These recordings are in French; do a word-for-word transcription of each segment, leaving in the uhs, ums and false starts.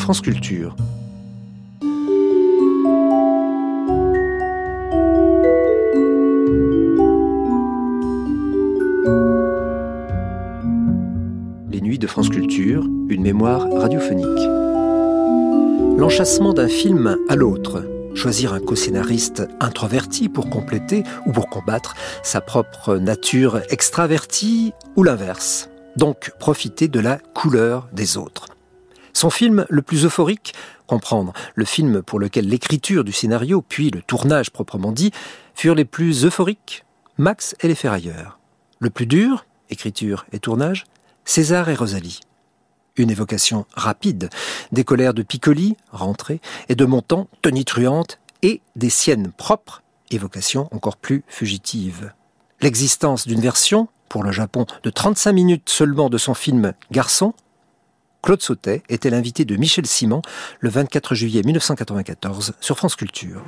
France Culture. Les Nuits de France Culture, une mémoire radiophonique. L'enchâssement d'un film à l'autre. Choisir un co-scénariste introverti pour compléter ou pour combattre sa propre nature extravertie ou l'inverse. Donc profiter de la couleur des autres. Son film le plus euphorique, comprendre le film pour lequel l'écriture du scénario puis le tournage proprement dit furent les plus euphoriques, Max et les Ferrailleurs. Le plus dur, écriture et tournage, César et Rosalie. Une évocation rapide des colères de Piccoli, rentrée, et de Montand, tonitruante, et des siennes propres, évocation encore plus fugitive. L'existence d'une version, pour le Japon, de trente-cinq minutes seulement de son film Garçon, Claude Sautet était l'invité de Michel Simon le vingt-quatre juillet mille neuf cent quatre-vingt-quatorze sur France Culture.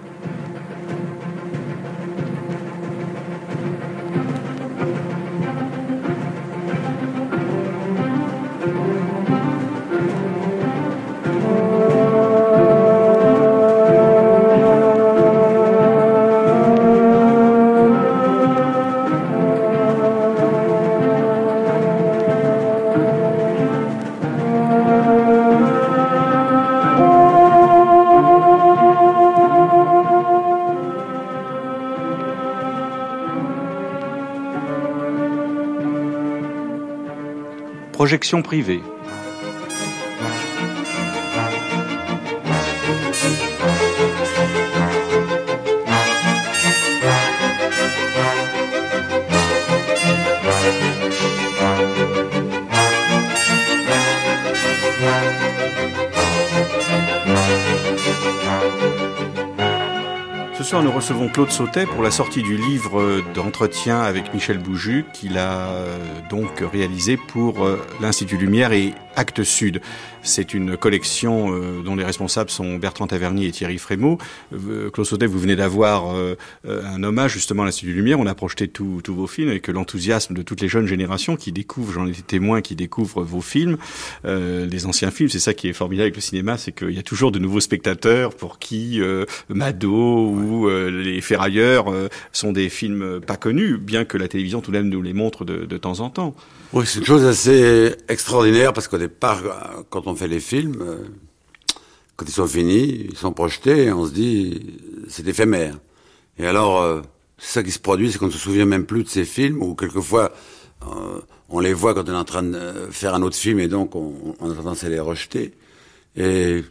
Projection privée. Ce soir, nous recevons Claude Sautet pour la sortie du livre d'entretien avec Michel Bouju qu'il a donc réalisé pour l'Institut Lumière et Actes Sud. C'est une collection dont les responsables sont Bertrand Tavernier et Thierry Frémaux. Claude Sautet, vous venez d'avoir un hommage justement à l'Institut Lumière. On a projeté tous tous vos films avec l'enthousiasme de toutes les jeunes générations qui découvrent, j'en ai été témoin, qui découvrent vos films, euh, les anciens films. C'est ça qui est formidable avec le cinéma, c'est qu'il y a toujours de nouveaux spectateurs pour qui euh, Mado ou euh, les Ferrailleurs euh, sont des films pas connus, bien que la télévision tout de même nous les montre de, de temps en temps. Oui, c'est une chose assez extraordinaire parce qu'au départ, quand on fait les films, euh, quand ils sont finis, ils sont projetés, on se dit c'est éphémère. Et alors, euh, c'est ça qui se produit, c'est qu'on ne se souvient même plus de ces films, ou quelquefois euh, on les voit quand on est en train de faire un autre film et donc on, on a tendance à les rejeter. Et,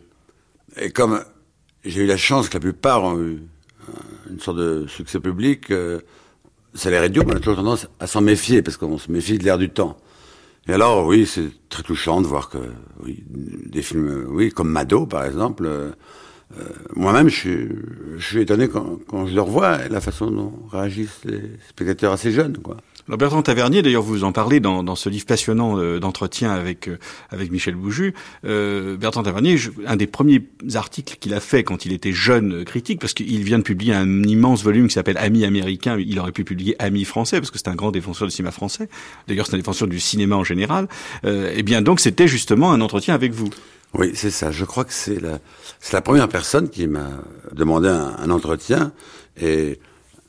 et comme j'ai eu la chance que la plupart ont eu une sorte de succès public, euh, ça les réduit, on a toujours tendance à s'en méfier, parce qu'on se méfie de l'air du temps. Et alors, oui, c'est très touchant de voir que, oui, des films, oui, comme Mado, par exemple, euh, euh, moi-même, je suis, je suis étonné quand, quand je le revois, la façon dont réagissent les spectateurs assez jeunes, quoi. Alors Bertrand Tavernier, d'ailleurs, vous en parlez dans, dans ce livre passionnant euh, d'entretien avec euh, avec Michel Bouju. Euh, Bertrand Tavernier, je, un des premiers articles qu'il a fait quand il était jeune critique, parce qu'il vient de publier un immense volume qui s'appelle Amis américains. Il aurait pu publier Amis français, parce que c'est un grand défenseur du cinéma français. D'ailleurs, c'est un défenseur du cinéma en général. Euh, et bien, donc, c'était justement un entretien avec vous. Oui, c'est ça. Je crois que c'est la c'est la première personne qui m'a demandé un, un entretien. Et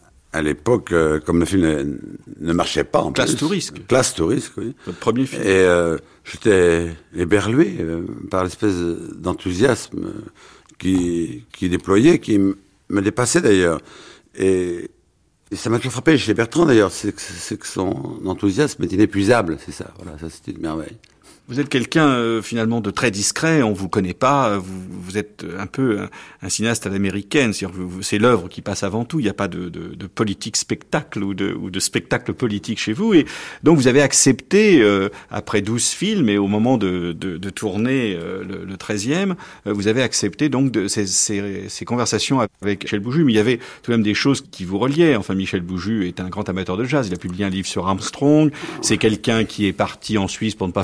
à l'époque, euh, comme le film ne, ne marchait pas en Classe plus. Tourisque. Classe Tourisque, oui. Votre premier film. Et euh, j'étais éberlué euh, par l'espèce d'enthousiasme qui qui déployait, qui m- me dépassait d'ailleurs. Et, et ça m'a toujours frappé chez Bertrand d'ailleurs, c'est que, c'est que son enthousiasme est inépuisable, c'est ça. Voilà, ça c'était une merveille. Vous êtes quelqu'un euh, finalement de très discret, on vous connaît pas, vous, vous êtes un peu un, un cinéaste à l'américaine, c'est-à-dire vous, vous, c'est l'œuvre qui passe avant tout, il n'y a pas de, de, de politique spectacle ou de, ou de spectacle politique chez vous, et donc vous avez accepté, euh, après douze films, et au moment de, de, de tourner euh, le, le treizième, euh, vous avez accepté donc de, ces, ces, ces conversations avec Michel Bouju, mais il y avait tout de même des choses qui vous reliaient. Enfin, Michel Bouju est un grand amateur de jazz, il a publié un livre sur Armstrong, c'est quelqu'un qui est parti en Suisse pour ne pas faire la guerre d'Algérie,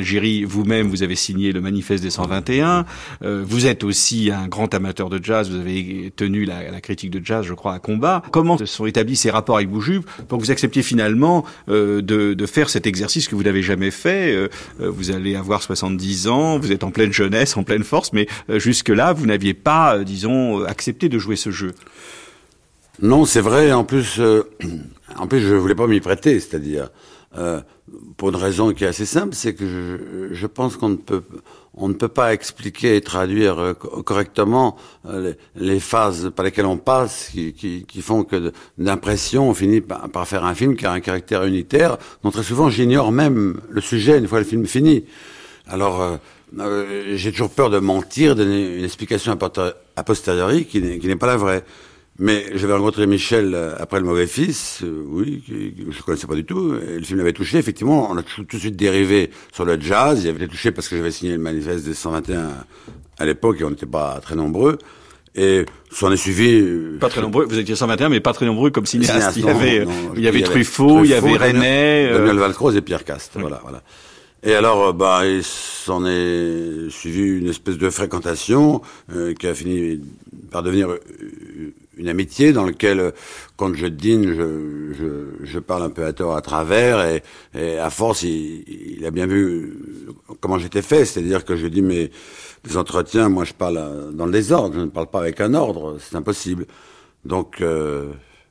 d'Algérie, vous-même, vous avez signé le manifeste des cent vingt et un. Euh, vous êtes aussi un grand amateur de jazz. Vous avez tenu la, la critique de jazz, je crois, à Combat. Comment se sont établis ces rapports avec Boujube pour que vous acceptiez finalement euh, de, de faire cet exercice que vous n'avez jamais fait? euh, Vous allez avoir soixante-dix ans, vous êtes en pleine jeunesse, en pleine force, mais euh, jusque-là, vous n'aviez pas, euh, disons, accepté de jouer ce jeu. Non, c'est vrai. En plus, euh, en plus, je voulais pas m'y prêter, c'est-à-dire euh, pour une raison qui est assez simple, c'est que je, je pense qu'on ne peut, on ne peut pas expliquer et traduire euh, correctement euh, les, les phases par lesquelles on passe, qui, qui, qui font que d'impression, on finit par, par faire un film qui a un caractère unitaire, dont très souvent j'ignore même le sujet une fois le film fini. Alors, euh, euh, j'ai toujours peur de mentir, de donner une explication a posteriori qui n'est, qui n'est pas la vraie. Mais j'avais rencontré Michel après Le Mauvais Fils, euh, oui, que je ne connaissais pas du tout, et le film l'avait touché. Effectivement, on a tout, tout de suite dérivé sur le jazz. Il avait été touché parce que j'avais signé le manifeste des cent vingt et un à l'époque, et on n'était pas très nombreux. Et s'en est suivi... Euh, pas très nombreux, vous étiez cent vingt et un, mais pas très nombreux comme cinéaste. cinéaste il y non, avait, non, il y avait Truffaut, il y avait René... Daniel, Daniel Valcroze et Pierre Cast, oui. voilà, voilà. Et alors, bah, il s'en est suivi une espèce de fréquentation euh, qui a fini par devenir une amitié dans laquelle, quand je dîne, je, je, je parle un peu à tort à travers, et, et à force, il, il a bien vu comment j'étais fait, c'est-à-dire que je dis, mais les entretiens, moi, je parle dans le désordre, je ne parle pas avec un ordre, c'est impossible. Donc, euh,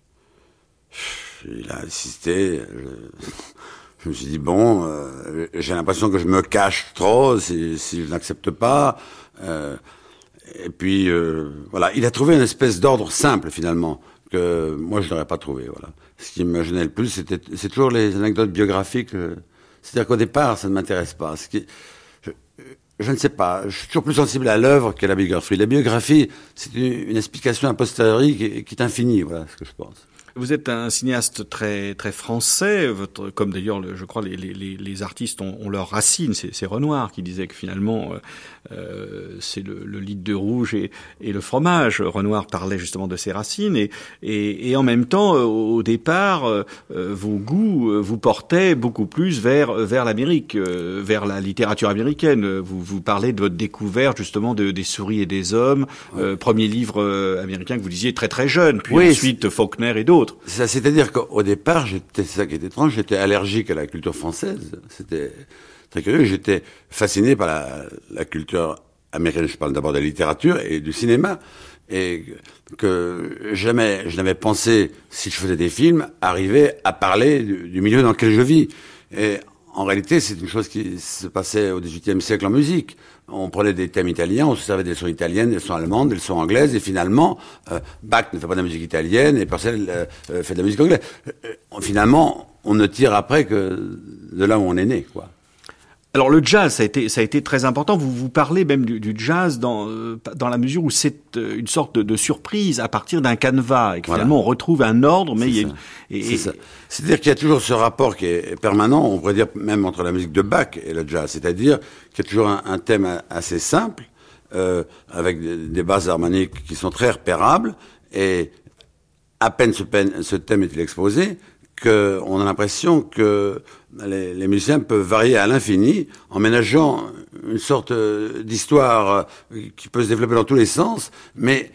il a insisté. Je, Je me suis dit, bon, euh, j'ai l'impression que je me cache trop si, si je n'accepte pas. Euh, et puis, euh, voilà, il a trouvé une espèce d'ordre simple, finalement, que moi, je n'aurais pas trouvé. Voilà. Ce qui me gênait le plus, c'était, c'est toujours les anecdotes biographiques. Euh, c'est-à-dire qu'au départ, ça ne m'intéresse pas. Ce qui, je, je ne sais pas, je suis toujours plus sensible à l'œuvre qu'à la biographie. La biographie, c'est une, une explication a posteriori qui, qui est infinie, voilà ce que je pense. Vous êtes un cinéaste très très français, votre, comme d'ailleurs, le, je crois, les, les, les artistes ont, ont leurs racines. C'est, c'est Renoir qui disait que finalement, euh, c'est le, le litre de rouge et, et le fromage. Renoir parlait justement de ses racines, et, et, et en même temps, au départ, euh, vos goûts vous portaient beaucoup plus vers vers l'Amérique, euh, vers la littérature américaine. Vous vous parlez de votre découverte justement de, des souris et des hommes, ouais. euh, premier livre euh, américain que vous lisiez très très jeune, puis oui, ensuite Faulkner et d'autres. Ça, c'est-à-dire qu'au départ, j'étais, c'est ça qui est étrange, j'étais allergique à la culture française. C'était très curieux. J'étais fasciné par la, la culture américaine. Je parle d'abord de la littérature et du cinéma. Et que jamais je n'avais pensé, si je faisais des films, arriver à parler du, du milieu dans lequel je vis. Et en réalité, c'est une chose qui se passait au dix-huitième siècle en musique. On prenait des thèmes italiens, on se servait des leçons italiennes, des leçons allemandes, des leçons anglaises, et finalement, euh, Bach ne fait pas de la musique italienne, et Purcell euh, fait de la musique anglaise. Euh, finalement, on ne tire après que de là où on est né, quoi. Alors le jazz, ça a été, ça a été très important. Vous vous parlez même du, du jazz dans euh, dans la mesure où c'est euh, une sorte de, de surprise à partir d'un canevas, et que voilà. Finalement on retrouve un ordre, mais c'est il y a une, et, c'est, et, ça. C'est-à-dire qu'il y a toujours ce rapport qui est permanent, on pourrait dire même entre la musique de Bach et le jazz, c'est-à-dire qu'il y a toujours un, un thème assez simple, euh, avec des, des bases harmoniques qui sont très repérables, et à peine ce, peine, ce thème est-il exposé, qu'on a l'impression que les, les musiciens peuvent varier à l'infini en ménageant une sorte d'histoire qui peut se développer dans tous les sens, mais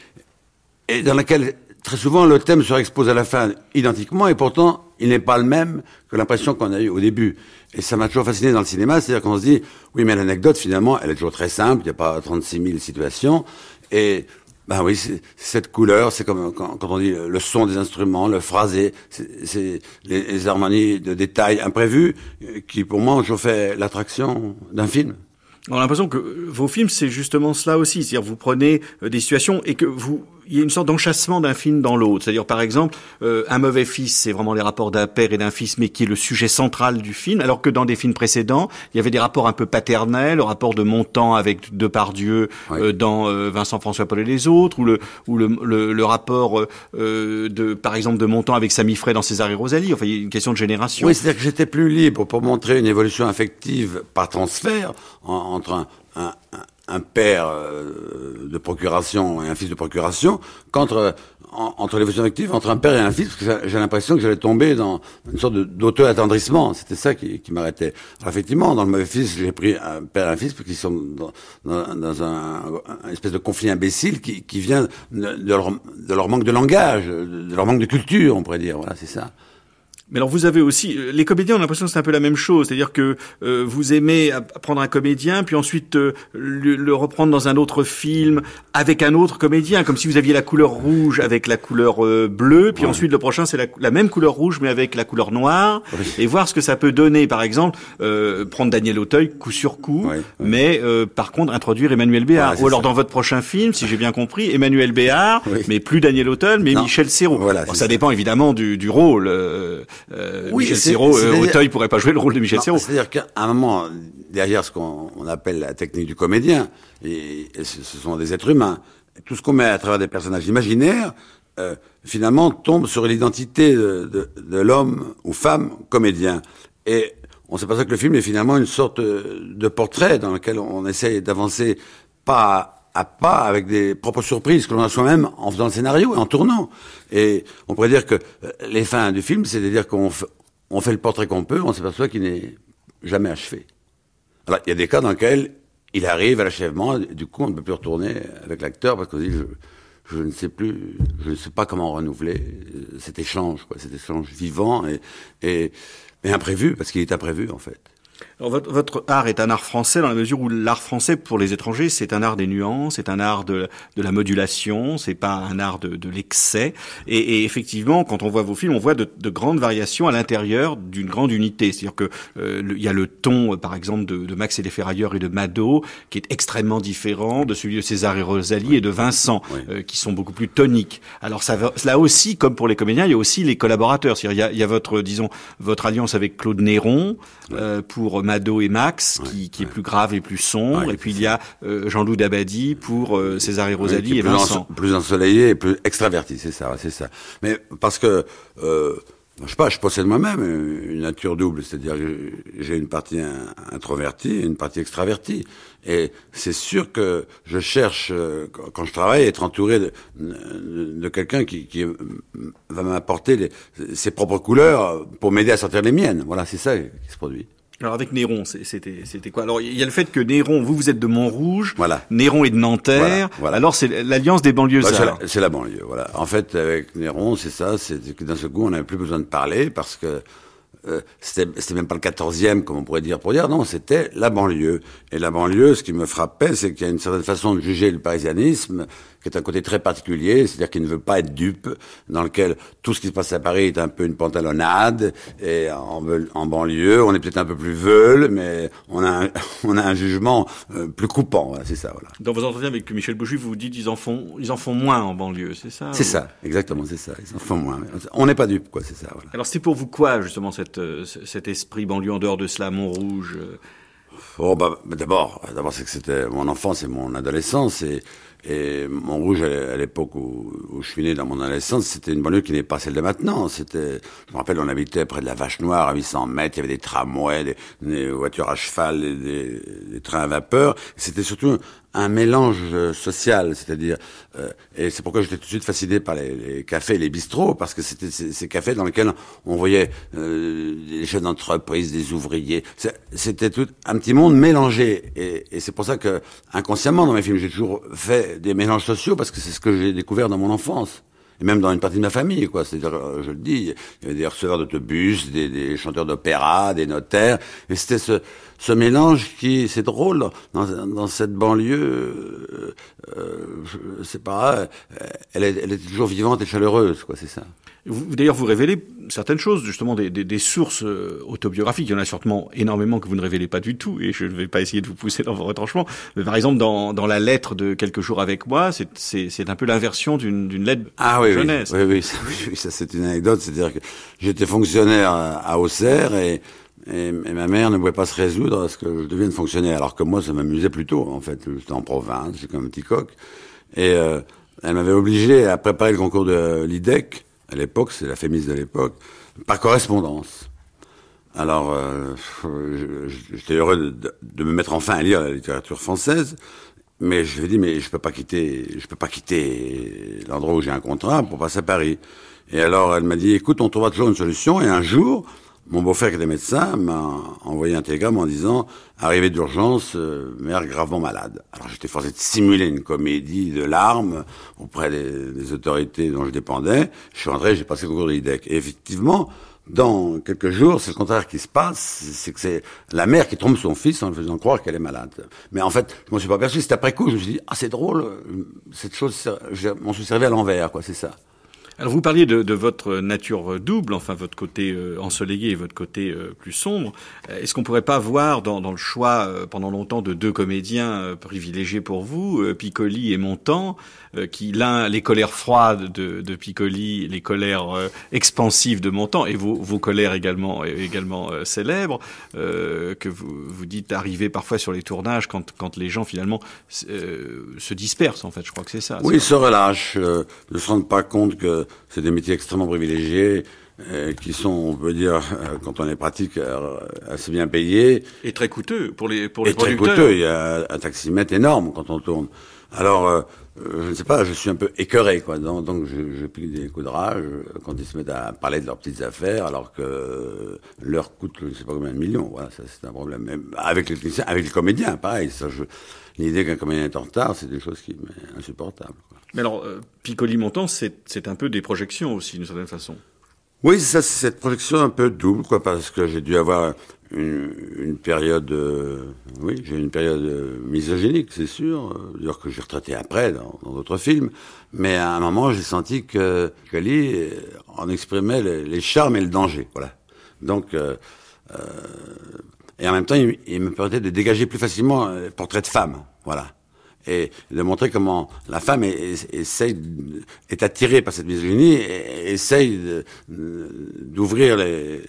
et dans laquelle très souvent le thème se réexpose à la fin identiquement, et pourtant il n'est pas le même que l'impression qu'on a eue au début. Et ça m'a toujours fasciné dans le cinéma, c'est-à-dire qu'on se dit, oui, mais l'anecdote finalement, elle est toujours très simple, il n'y a pas trente-six mille situations, et ben oui, c'est, cette couleur, c'est comme quand, quand on dit le son des instruments, le phrasé, c'est, c'est les, les harmonies de détails imprévus qui, pour moi, ont toujours fait l'attraction d'un film. On a l'impression que vos films, c'est justement cela aussi. C'est-à-dire, vous prenez des situations et que vous, il y a une sorte d'enchâssement d'un film dans l'autre. C'est-à-dire, par exemple, euh, Un mauvais fils, c'est vraiment les rapports d'un père et d'un fils, mais qui est le sujet central du film, alors que dans des films précédents, il y avait des rapports un peu paternels, le rapport de Montand avec Depardieu oui. euh, dans euh, Vincent François Paul et les autres, ou le ou le le, le rapport euh, de, par exemple, de Montand avec Sami Frey dans César et Rosalie. Enfin, il y a une question de génération. Oui, c'est-à-dire que j'étais plus libre pour montrer une évolution affective par transfert en, entre un, un, un un père euh, de procuration et un fils de procuration, qu'entre en, entre l'évolution affective, entre un père et un fils, parce que j'ai l'impression que j'allais tomber dans une sorte de, d'auto-attendrissement. C'était ça qui, qui m'arrêtait. Alors effectivement, dans le mauvais fils, j'ai pris un père et un fils, parce qu'ils sont dans, dans, dans un, un espèce de conflit imbécile qui, qui vient de, de, leur, de leur manque de langage, de leur manque de culture, on pourrait dire. Voilà, c'est ça. Mais alors vous avez aussi, les comédiens ont l'impression que c'est un peu la même chose, c'est-à-dire que euh, vous aimez prendre un comédien, puis ensuite euh, le, le reprendre dans un autre film avec un autre comédien, comme si vous aviez la couleur rouge avec la couleur euh, bleue, puis ouais. ensuite le prochain c'est la, la même couleur rouge mais avec la couleur noire, oui. et voir ce que ça peut donner. Par exemple, euh, prendre Daniel Auteuil coup sur coup, oui, oui. mais euh, par contre introduire Emmanuel Béard. Voilà, ou alors ça. Dans votre prochain film, si j'ai bien compris, Emmanuel Béard, oui. mais plus Daniel Auteuil, mais non. Michel Serrault. Voilà, bon, ça, ça dépend évidemment du, du rôle. Euh, Euh, oui, Michel Serrault, euh, Auteuil pourrait pas jouer le rôle de Michel Serrault. C'est-à-dire qu'à un moment, derrière ce qu'on on appelle la technique du comédien, et, et ce, ce sont des êtres humains, tout ce qu'on met à travers des personnages imaginaires, euh, finalement tombe sur l'identité de, de, de l'homme ou femme comédien. Et on s'aperçoit que le film est finalement une sorte de portrait dans lequel on essaye d'avancer pas à pas, avec des propres surprises que l'on a soi-même en faisant le scénario et en tournant. Et on pourrait dire que les fins du film, c'est-à-dire qu'on f- on fait le portrait qu'on peut, on s'aperçoit qu'il n'est jamais achevé. Alors, il y a des cas dans lesquels il arrive à l'achèvement, du coup, on ne peut plus retourner avec l'acteur parce qu'on dit, je, je ne sais plus, je ne sais pas comment renouveler cet échange, quoi, cet échange vivant et, et, et imprévu, parce qu'il est imprévu, en fait. Alors votre, votre art est un art français dans la mesure où l'art français pour les étrangers c'est un art des nuances, c'est un art de, de la modulation, c'est pas un art de, de l'excès. Et, et effectivement, quand on voit vos films, on voit de, de grandes variations à l'intérieur d'une grande unité. C'est-à-dire que euh, il y a le ton, euh, par exemple, de, de Max et les Ferrailleurs et de Mado, qui est extrêmement différent de celui de César et Rosalie et de Vincent, oui. euh, qui sont beaucoup plus toniques. Alors ça va, là aussi, comme pour les comédiens, il y a aussi les collaborateurs. C'est-à-dire il y a, il y a votre, disons, votre alliance avec Claude Néron euh, pour Mado et Max, ouais, qui, qui ouais. est plus grave et plus sombre, ouais, et puis il y a euh, Jean-Loup Dabadi pour euh, César et Rosalie ouais, et Vincent. Plus, en, plus ensoleillé et plus extraverti, c'est ça, c'est ça. Mais parce que, euh, je sais pas, je possède moi-même une nature double, c'est-à-dire que j'ai une partie introvertie et une partie extravertie. Et c'est sûr que je cherche, quand je travaille, à être entouré de, de, de quelqu'un qui, qui va m'apporter les, ses propres couleurs pour m'aider à sortir les miennes. Voilà, c'est ça qui se produit. Alors avec Néron, c'était c'était quoi? Alors il y a le fait que Néron, vous vous êtes de Montrouge, voilà. Néron est de Nanterre. Voilà, voilà. Alors c'est l'alliance des banlieues. Bah, c'est, la, c'est la banlieue, voilà. En fait, avec Néron, c'est ça, c'est que d'un seul coup, on n'avait plus besoin de parler parce que euh, c'était c'était même pas le quatorzième, comme on pourrait dire pour dire, non, c'était la banlieue. Et la banlieue, ce qui me frappait, c'est qu'il y a une certaine façon de juger le parisianisme qui est un côté très particulier, c'est-à-dire qu'il ne veut pas être dupe, dans lequel tout ce qui se passe à Paris est un peu une pantalonnade, et en, en banlieue, on est peut-être un peu plus veule, mais on a un, on a un jugement euh, plus coupant, voilà, c'est ça, voilà. Dans vos entretiens avec Michel Boujuc, vous vous dites ils en font, ils en font moins en banlieue, c'est ça? C'est ou... ça, exactement, c'est ça, ils en font moins. On n'est pas dupe, quoi, c'est ça, voilà. Alors c'est pour vous quoi, justement, cette, euh, cet esprit banlieue en dehors de cela, Montrouge? euh... Oh, bah, d'abord, d'abord, c'est que c'était mon enfance et mon adolescence, et, et Montrouge, à l'époque où, où je suis né dans mon adolescence, c'était une banlieue qui n'est pas celle de maintenant. C'était, je me rappelle, on habitait près de la Vache Noire, à huit cents mètres, il y avait des tramways, des, des voitures à cheval, des, des, des trains à vapeur. C'était surtout un mélange social, c'est-à-dire, euh, et c'est pourquoi j'étais tout de suite fasciné par les, les cafés et les bistrots, parce que c'était ces, ces cafés dans lesquels on voyait euh, des chefs d'entreprise, des ouvriers. C'était tout un petit monde mélangé, et, et c'est pour ça que inconsciemment dans mes films j'ai toujours fait des mélanges sociaux, parce que c'est ce que j'ai découvert dans mon enfance. Et même dans une partie de ma famille, quoi. C'est-à-dire, je le dis, il y avait des receveurs d'autobus, des, des chanteurs d'opéra, des notaires. Et c'était ce, ce mélange qui, c'est drôle, dans, dans cette banlieue, euh, c'est pas, elle est, elle est toujours vivante et chaleureuse, quoi, c'est ça. Vous, d'ailleurs, vous révélez certaines choses, justement, des, des, des sources autobiographiques. Il y en a sûrement énormément que vous ne révélez pas du tout, et je ne vais pas essayer de vous pousser dans vos retranchements. Mais par exemple, dans, dans la lettre de Quelques jours avec moi, c'est, c'est, c'est un peu l'inversion d'une, d'une lettre ah, oui, de jeunesse. Oui, oui, oui, ça, oui, ça c'est une anecdote. C'est-à-dire que j'étais fonctionnaire à Auxerre, et, et, et ma mère ne pouvait pas se résoudre à ce que je devienne fonctionnaire, alors que moi, ça m'amusait plutôt, en fait. J'étais en province, j'étais comme un petit coq. Et euh, elle m'avait obligé à préparer le concours de l'I D E C. À l'époque, c'est la Fémis de l'époque, par correspondance. Alors, euh, j'étais heureux de, de me mettre enfin à lire la littérature française, Mais je lui ai dit, mais je peux pas quitter, je peux pas quitter l'endroit où j'ai un contrat pour passer à Paris. Et alors, elle m'a dit, écoute, on trouvera toujours une solution. Et un jour, mon beau-frère qui était médecin m'a envoyé un télégramme en disant, arrivée d'urgence, euh, mère gravement malade. Alors, j'étais forcé de simuler une comédie de larmes auprès des, des autorités dont je dépendais. Je suis rentré, j'ai passé le concours de l'I D E C. Et effectivement, dans quelques jours, c'est le contraire qui se passe, c'est que c'est la mère qui trompe son fils en lui faisant croire qu'elle est malade. Mais en fait, je m'en suis pas aperçu, c'est après coup, je me suis dit, ah, c'est drôle, cette chose, je m'en suis servi à l'envers, quoi, c'est ça. Alors vous parliez de, de votre nature double, enfin votre côté euh, ensoleillé et votre côté euh, plus sombre. Est-ce qu'on pourrait pas voir dans, dans le choix euh, pendant longtemps de deux comédiens euh, privilégiés pour vous, euh, Piccoli et Montand, euh, qui l'un les colères froides de, de Piccoli, les colères euh, expansives de Montand, et vos, vos colères également également euh, célèbres, euh, que vous vous dites arriver parfois sur les tournages quand quand les gens finalement euh, se dispersent. En fait, je crois que c'est ça. Oui, ils se relâchent, euh, ne se rendent pas compte que c'est des métiers extrêmement privilégiés, euh, qui sont, on peut dire, euh, quand on les pratique, euh, assez bien payés. Et très coûteux pour les pour les et producteurs. Très coûteux. Il y a un taximètre énorme quand on tourne. Alors, euh, je ne sais pas, je suis un peu écœuré, quoi. Donc, donc je, je pique des coups de rage quand ils se mettent à parler de leurs petites affaires, alors que leur coûte, je ne sais pas combien de millions. Voilà, ça c'est un problème. Même avec les techniciens, avec les comédiens, pareil. Ça, je, l'idée qu'un comédien est en retard, c'est des choses qui m'est insupportable, quoi. Mais alors, euh, Piccoli-Montand, c'est, c'est un peu des projections aussi, d'une certaine façon. Oui, c'est ça, c'est cette projection un peu double, quoi, parce que j'ai dû avoir une, une période, euh, oui, j'ai eu une période euh, misogynique, c'est sûr, euh, dire que j'ai retraité après dans, dans d'autres films, mais à un moment, j'ai senti que Piccoli euh, en exprimait les, les charmes et le danger, voilà. Donc, euh, euh, et en même temps, il, il me permettait de dégager plus facilement le portrait de femme, voilà. Et de montrer comment la femme est, est, essaye, est attirée par cette misogynie et essaye de, d'ouvrir les,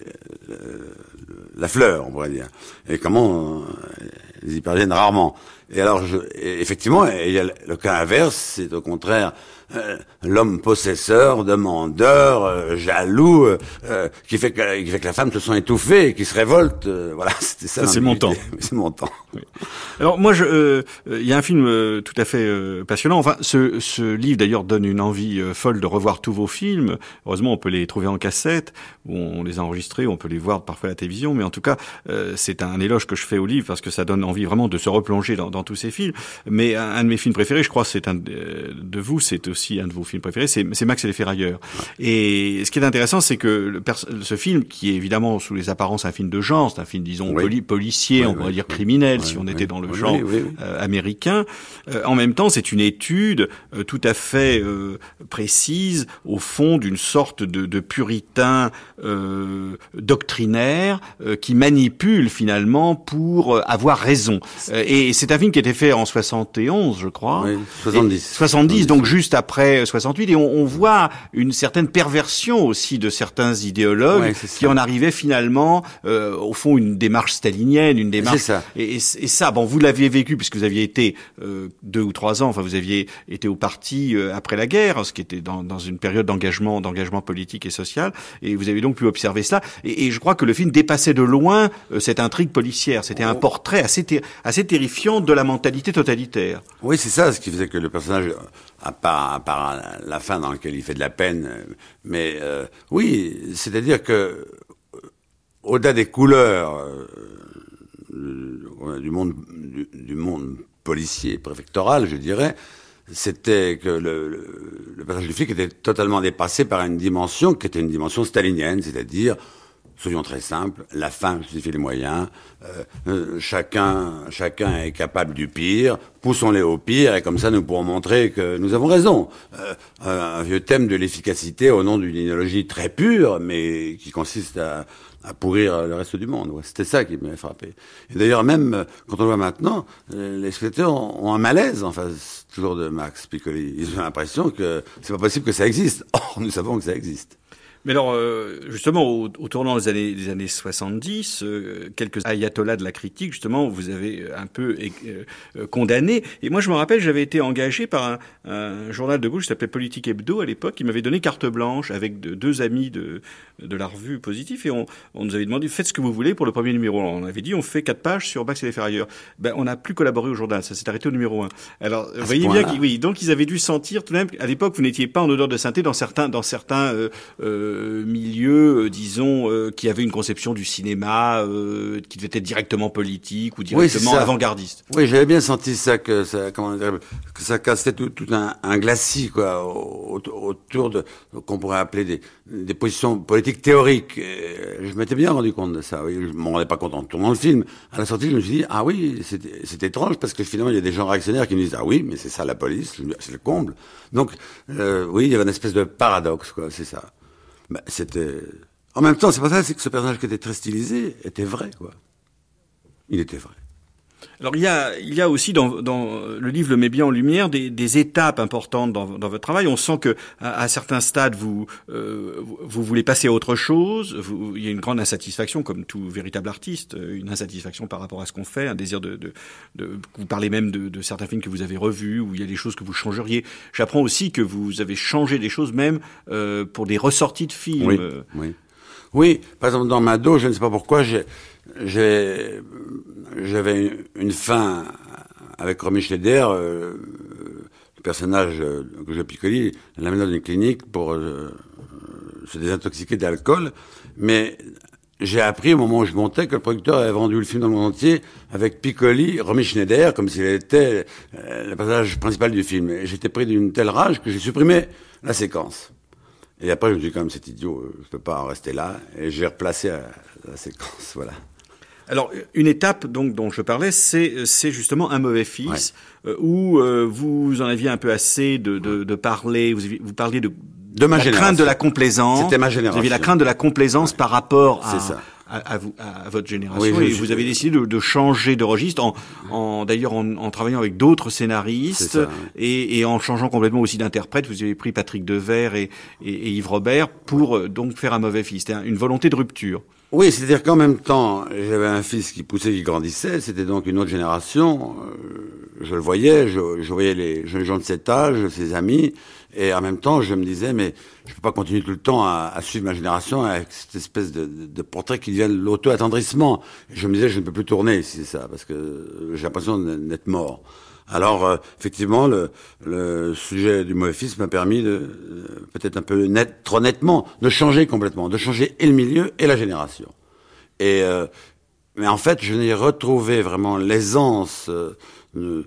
la fleur, on pourrait dire. Et comment ils y parviennent rarement. Et alors, je, et effectivement, il y a le cas inverse, c'est au contraire euh, l'homme possesseur, demandeur, euh, jaloux, euh, qui fait que qui fait que la femme se sent étouffée et qui se révolte. Euh, voilà, c'était ça. ça c'est Montand. C'est Montand. Oui. Alors moi, je, euh, il y a un film euh, tout à fait euh, passionnant. Enfin, ce, ce livre d'ailleurs donne une envie euh, folle de revoir tous vos films. Heureusement, on peut les trouver en cassette, où on les a enregistrés, on peut les voir parfois à la télévision. Mais en tout cas, euh, c'est un éloge que je fais au livre parce que ça donne envie vraiment de se replonger dans, dans tous ces films. Mais un, un de mes films préférés, je crois, c'est un de, de vous, c'est aussi un de vos films préférés, c'est, c'est Max et les Ferrailleurs. Et ce qui est intéressant, c'est que le pers- ce film, qui est évidemment sous les apparences un film de genre, c'est un film, disons, oui. poli- policier, oui, on pourrait oui, dire oui, criminel, oui, si on oui, était dans le oui, genre oui, oui, oui. Euh, américain. Euh, en même temps, c'est une étude euh, tout à fait euh, précise, au fond, d'une sorte de, de puritain euh, doctrinaire euh, qui manipule finalement pour euh, avoir raison. Euh, et c'est un film qui a été fait en soixante et onze, je crois. Oui, soixante-dix. soixante-dix, donc juste après soixante-huit. Et on, on voit une certaine perversion aussi de certains idéologues ouais, qui en arrivaient finalement, euh, au fond, une démarche stalinienne, une démarche... C'est ça. Et, et, et ça, bon, vous l'aviez vécu puisque vous aviez été euh, deux ou trois ans, enfin vous aviez été au parti euh, après la guerre, ce qui était dans, dans une période d'engagement, d'engagement politique et social, et vous avez donc pu observer cela. Et, et je crois que le film dépassait de loin euh, cette intrigue policière. C'était oh. un portrait assez, ter- assez terrifiant de la mentalité totalitaire. Oui, c'est ça, ce qui faisait que le personnage, à part, à part la fin dans laquelle il fait de la peine, mais euh, oui, c'est-à-dire que euh, au-delà des couleurs euh, du monde du, du monde policier préfectoral, je dirais, c'était que le, le, le personnage du flic était totalement dépassé par une dimension qui était une dimension stalinienne, c'est-à-dire, soyons très simples, la fin justifie les moyens, euh, euh, chacun, chacun est capable du pire, poussons-les au pire, et comme ça nous pourrons montrer que nous avons raison. Euh, un vieux thème de l'efficacité au nom d'une idéologie très pure, mais qui consiste à, à pourrir le reste du monde. Ouais, c'était ça qui m'avait frappé. Et d'ailleurs, même quand on le voit maintenant, les spectateurs ont un malaise en face toujours de Max Piccoli. Ils ont l'impression que c'est pas possible que ça existe. Or, nous savons que ça existe. Mais alors, euh, justement, au, au tournant des années, des années soixante-dix, euh, quelques ayatollahs de la critique, justement, vous avez un peu euh, condamné. Et moi, je me rappelle, j'avais été engagé par un, un journal de gauche qui s'appelait Politique Hebdo à l'époque, qui m'avait donné carte blanche avec de, deux amis de, de la revue Positif, et on, on nous avait demandé, faites ce que vous voulez pour le premier numéro. On avait dit, on fait quatre pages sur Bax et les Ferrailleurs. Ben, on n'a plus collaboré au journal, ça s'est arrêté au numéro un. Alors, vous voyez bien qu'ils, oui, donc ils avaient dû sentir tout de même, à l'époque, vous n'étiez pas en odeur de sainteté dans certains, dans certains euh, euh, milieu, euh, disons, euh, qui avait une conception du cinéma euh, qui devait être directement politique ou directement oui, avant-gardiste. Oui, j'avais bien senti ça, que ça, comment dire, que ça cassait tout, tout un, un glacis, quoi, autour de, qu'on pourrait appeler des, des positions politiques théoriques. Et je m'étais bien rendu compte de ça. Oui, je m'en rendais pas compte en tournant le film. À la sortie, je me suis dit, ah oui, c'est, c'est étrange parce que finalement, il y a des gens réactionnaires qui me disent, ah oui, mais c'est ça la police, c'est le comble. Donc, euh, oui, il y avait une espèce de paradoxe, quoi, c'est ça. Ben, c'était... En même temps, c'est pas ça, c'est que ce personnage qui était très stylisé était vrai, quoi. Il était vrai. Alors il y a, il y a aussi dans, dans le livre le met bien en lumière des, des étapes importantes dans, dans votre travail. On sent que à, à certains stades vous, euh, vous vous voulez passer à autre chose. Vous, il y a une grande insatisfaction, comme tout véritable artiste, une insatisfaction par rapport à ce qu'on fait, un désir de, de, de vous parlez même de, de certains films que vous avez revus où il y a des choses que vous changeriez. J'apprends aussi que vous avez changé des choses même euh, pour des ressorties de films. Oui, oui. Oui, par exemple dans Mado, je ne sais pas pourquoi, j'ai, j'ai, j'avais une, une fin avec Romy Schneider, euh, le personnage que je Piccoli, l'amène dans une clinique pour euh, se désintoxiquer d'alcool, mais j'ai appris au moment où je montais que le producteur avait vendu le film dans le monde entier avec Piccoli, Romy Schneider, comme s'il était euh, le personnage principal du film. Et j'étais pris d'une telle rage que j'ai supprimé la séquence. Et après, je me suis dit, quand même, c'est idiot, je peux pas en rester là. Et j'ai replacé la, la séquence, voilà. Alors, une étape donc dont je parlais, c'est, c'est justement Un mauvais fils, ouais. euh, où euh, vous en aviez un peu assez de, de, de parler, vous, vous parliez de, de ma la génération. crainte de la complaisance. C'était ma génération. Vous aviez la crainte de la complaisance ouais. par rapport à... C'est ça. À, à, vous, à votre génération, oui, et vous avez décidé de, de changer de registre, en, en d'ailleurs en, en travaillant avec d'autres scénaristes, ça, oui. et, et en changeant complètement aussi d'interprète. Vous avez pris Patrick Devers et, et, et Yves Robert pour euh, donc faire Un mauvais fils. C'était une volonté de rupture. Oui, c'est-à-dire qu'en même temps, j'avais un fils qui poussait, qui grandissait. C'était donc une autre génération. Euh, je le voyais, je, je voyais les jeunes gens de cet âge, ses amis, et en même temps, je me disais, mais je peux pas continuer tout le temps à, à suivre ma génération avec cette espèce de, de, de portrait qui devient l'auto-attendrissement. Je me disais, je ne peux plus tourner, si c'est ça, parce que j'ai l'impression d'être mort. Alors, euh, effectivement, le, le sujet du mauvais fils m'a permis de, euh, peut-être un peu net, trop nettement, de changer complètement, de changer et le milieu et la génération. Et euh, mais en fait, je n'ai retrouvé vraiment l'aisance euh, de,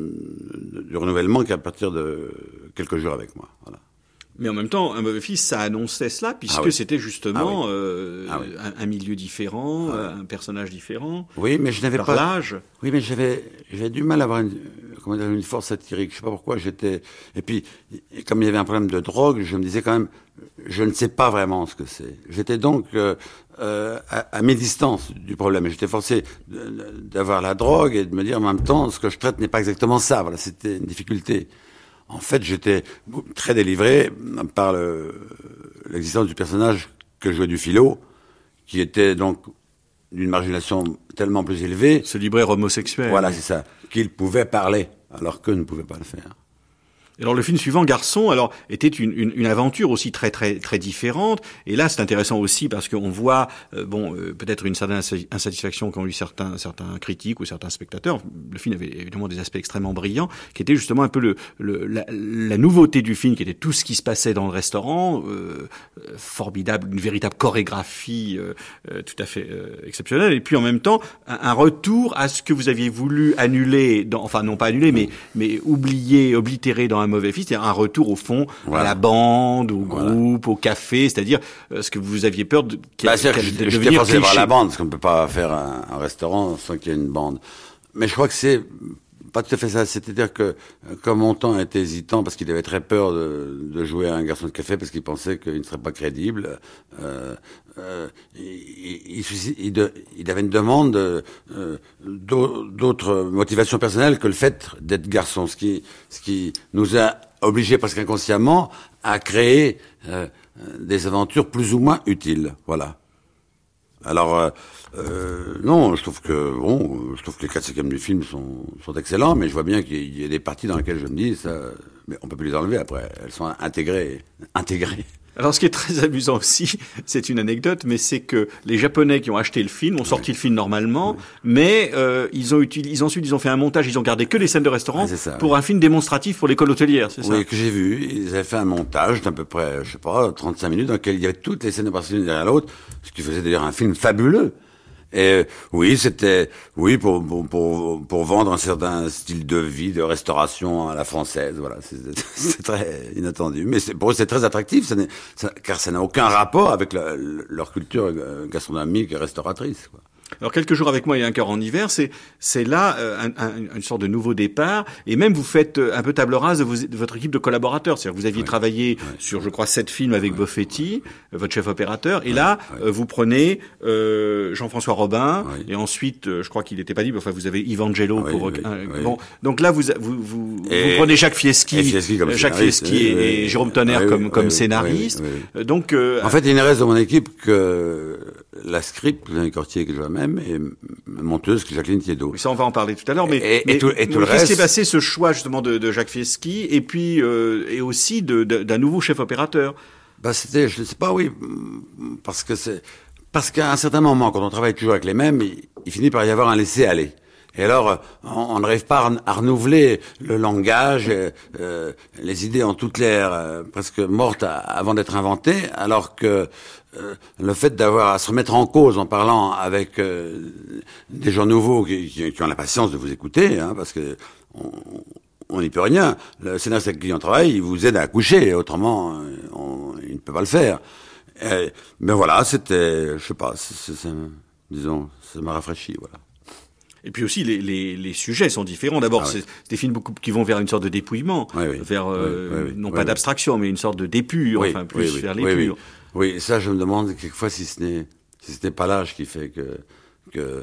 de, du renouvellement qu'à partir de quelques jours avec moi. Voilà. Mais en même temps, Un mauvais fils, ça annonçait cela, puisque ah oui. c'était justement ah oui. Euh, ah oui. un, un milieu différent, ah oui. un personnage différent. Oui, mais je n'avais par pas l'âge. Oui, mais j'avais, j'avais du mal à avoir une, comment dire, une force satirique. Je sais pas pourquoi j'étais. Et puis, comme il y avait un problème de drogue, je me disais quand même, je ne sais pas vraiment ce que c'est. J'étais donc euh, euh, à, à mi-distance du problème. J'étais forcé d'avoir la drogue et de me dire en même temps, ce que je traite n'est pas exactement ça. Voilà, c'était une difficulté. En fait, j'étais très délivré par le, l'existence du personnage que jouait Dufilo, qui était donc d'une marginalisation tellement plus élevée. Ce libraire homosexuel. Voilà, c'est ça. Qu'il pouvait parler, alors qu'eux ne pouvaient pas le faire. Alors le film suivant, Garçon, alors était une, une, une aventure aussi très très très différente. Et là, c'est intéressant aussi parce qu'on voit euh, bon euh, peut-être une certaine insatisfaction qu'ont eu certains certains critiques ou certains spectateurs. Le film avait évidemment des aspects extrêmement brillants, qui était justement un peu le, le la, la nouveauté du film, qui était tout ce qui se passait dans le restaurant, euh, formidable, une véritable chorégraphie euh, euh, tout à fait euh, exceptionnelle. Et puis en même temps, un, un retour à ce que vous aviez voulu annuler, dans, enfin non pas annuler, mais mais oublier, oblitérer dans Un mauvais fils, c'est un retour au fond voilà. à la bande, au voilà. groupe, au café, c'est-à-dire euh, ce que vous aviez peur de, bah, de, de, de devenir cliché. Voir la bande, parce qu'on ne peut pas faire un, un restaurant sans qu'il y ait une bande. Mais je crois que c'est pas tout à fait ça. C'est-à-dire que comme mon temps était hésitant, parce qu'il avait très peur de, de jouer à un garçon de café, parce qu'il pensait qu'il ne serait pas crédible, euh, euh, il, il, il, il avait une demande euh, d'autres motivations personnelles que le fait d'être garçon, ce qui, ce qui nous a obligé presque inconsciemment à créer euh, des aventures plus ou moins utiles. Voilà. Alors, euh, euh, non, je trouve que bon, je trouve que les quatre cinquièmes du film sont, sont excellents, mais je vois bien qu'il y a des parties dans lesquelles je me dis, ça, mais on peut plus les enlever après. Elles sont intégrées, intégrées. Alors, ce qui est très amusant aussi, c'est une anecdote, mais c'est que les Japonais qui ont acheté le film ont sorti oui. le film normalement, oui. mais euh, ils ont utilisé, ensuite ils ont fait un montage, ils ont gardé que les scènes de restaurant oui, ça, pour oui. un film démonstratif pour l'école hôtelière, c'est ça? Oui, que j'ai vu. Ils avaient fait un montage d'à peu près, je sais pas, trente-cinq minutes, dans lequel il y avait toutes les scènes de Barcelone derrière l'autre, ce qui faisait d'ailleurs un film fabuleux. Et oui, c'était oui pour pour pour, pour vendre un certain style de vie, de restauration à la française. Voilà, c'est, c'est très inattendu, mais c'est, pour eux c'est très attractif, ça ça, car ça n'a aucun rapport avec la, leur culture gastronomique et restauratrice, quoi. Alors, quelques jours avec moi et un cœur en hiver, c'est c'est là euh, un, un, une sorte de nouveau départ. Et même, vous faites un peu table rase de, vos, de votre équipe de collaborateurs. C'est-à-dire que vous aviez oui. travaillé oui. sur, je crois, sept films avec oui. Boffetti, oui. votre chef opérateur. Et oui. là, oui. Euh, vous prenez euh, Jean-François Robin. Oui. Et ensuite, euh, je crois qu'il n'était pas libre. Enfin, vous avez Evangelo oui, pour... Oui, euh, oui. Bon, donc là, vous vous vous, vous prenez Jacques Fieschi, Fieschi comme Jacques Fieschi et, oui, et Jérôme Tonnerre oui, comme, oui, comme oui, scénariste. Oui, oui. Donc, euh, en fait, il ne reste dans mon équipe que la script, Jean Cortier que je vois même, et monteuse que Jacqueline Thiédot. Ça, on va en parler tout à l'heure, mais, et, mais, et tout, et tout mais le qu'est-ce reste... qui s'est passé, ce choix justement de, de Jacques Fieschi, et puis euh, et aussi de, de, d'un nouveau chef opérateur? Bah, c'était, je ne sais pas, oui, parce que c'est parce qu'à un certain moment, quand on travaille toujours avec les mêmes, il, il finit par y avoir un laisser-aller. Et alors, on n'arrive pas à renouveler le langage, euh, les idées ont toutes l'air euh, presque mortes à, avant d'être inventées, alors que euh, le fait d'avoir à se remettre en cause en parlant avec euh, des gens nouveaux qui, qui, qui ont la patience de vous écouter, hein, parce que on n'y peut rien. Le scénariste avec qui on travaille, il vous aide à accoucher, autrement, on, il ne peut pas le faire. Et, mais voilà, c'était, je sais pas, c'est, c'est, c'est, disons, ça m'a rafraîchi, voilà. Et puis aussi, les, les, les sujets sont différents. D'abord, ah, c'est oui. des films beaucoup qui vont vers une sorte de dépouillement, oui, oui. vers euh, oui, oui, non oui, pas oui. d'abstraction, mais une sorte de dépure, oui, enfin plus oui, vers oui, l'épure. Oui, oui. oui, ça, je me demande quelquefois si ce n'est si ce n'est pas l'âge qui fait que que euh,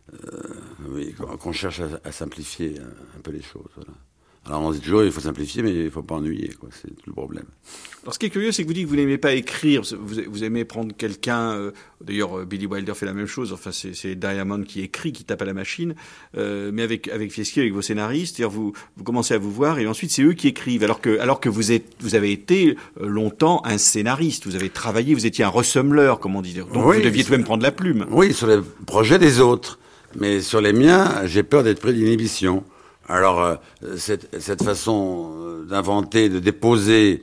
oui, qu'on cherche à, à simplifier un, un peu les choses. Voilà. Alors on dit toujours il faut simplifier, mais il faut pas ennuyer, quoi. C'est tout le problème. Alors ce qui est curieux, c'est que vous dites que vous n'aimez pas écrire. Vous, vous aimez prendre quelqu'un. Euh, d'ailleurs, Billy Wilder fait la même chose. Enfin, c'est, c'est Diamond qui écrit, qui tape à la machine. Euh, mais avec avec Fieschi, avec vos scénaristes, c'est-à-dire vous vous commencez à vous voir et ensuite c'est eux qui écrivent. Alors que alors que vous êtes vous avez été longtemps un scénariste. Vous avez travaillé. Vous étiez un ressembleur, comme on dit. Donc oui, vous deviez tout de même prendre la plume. Oui, sur les projets des autres, mais sur les miens, j'ai peur d'être pris d'inhibition. Alors, euh, cette, cette façon d'inventer, de déposer,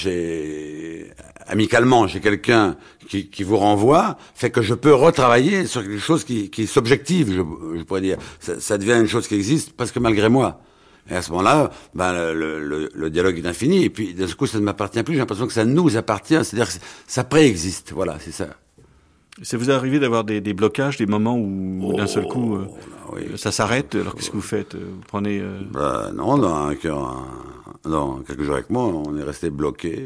j'ai amicalement chez quelqu'un qui, qui vous renvoie, fait que je peux retravailler sur quelque chose qui, qui s'objective, je, je pourrais dire. Ça, ça devient une chose qui existe presque malgré moi. Et à ce moment-là, ben, le, le, le dialogue est infini, et puis d'un coup, ça ne m'appartient plus, j'ai l'impression que ça nous appartient, c'est-à-dire que ça préexiste, voilà, c'est ça. Ça vous est arrivé d'avoir des, des blocages, des moments où oh, d'un seul coup euh, oui. ça s'arrête? Alors qu'est-ce que vous faites? Vous prenez euh... bah, non, dans, un, dans quelques jours avec moi, on est resté bloqué.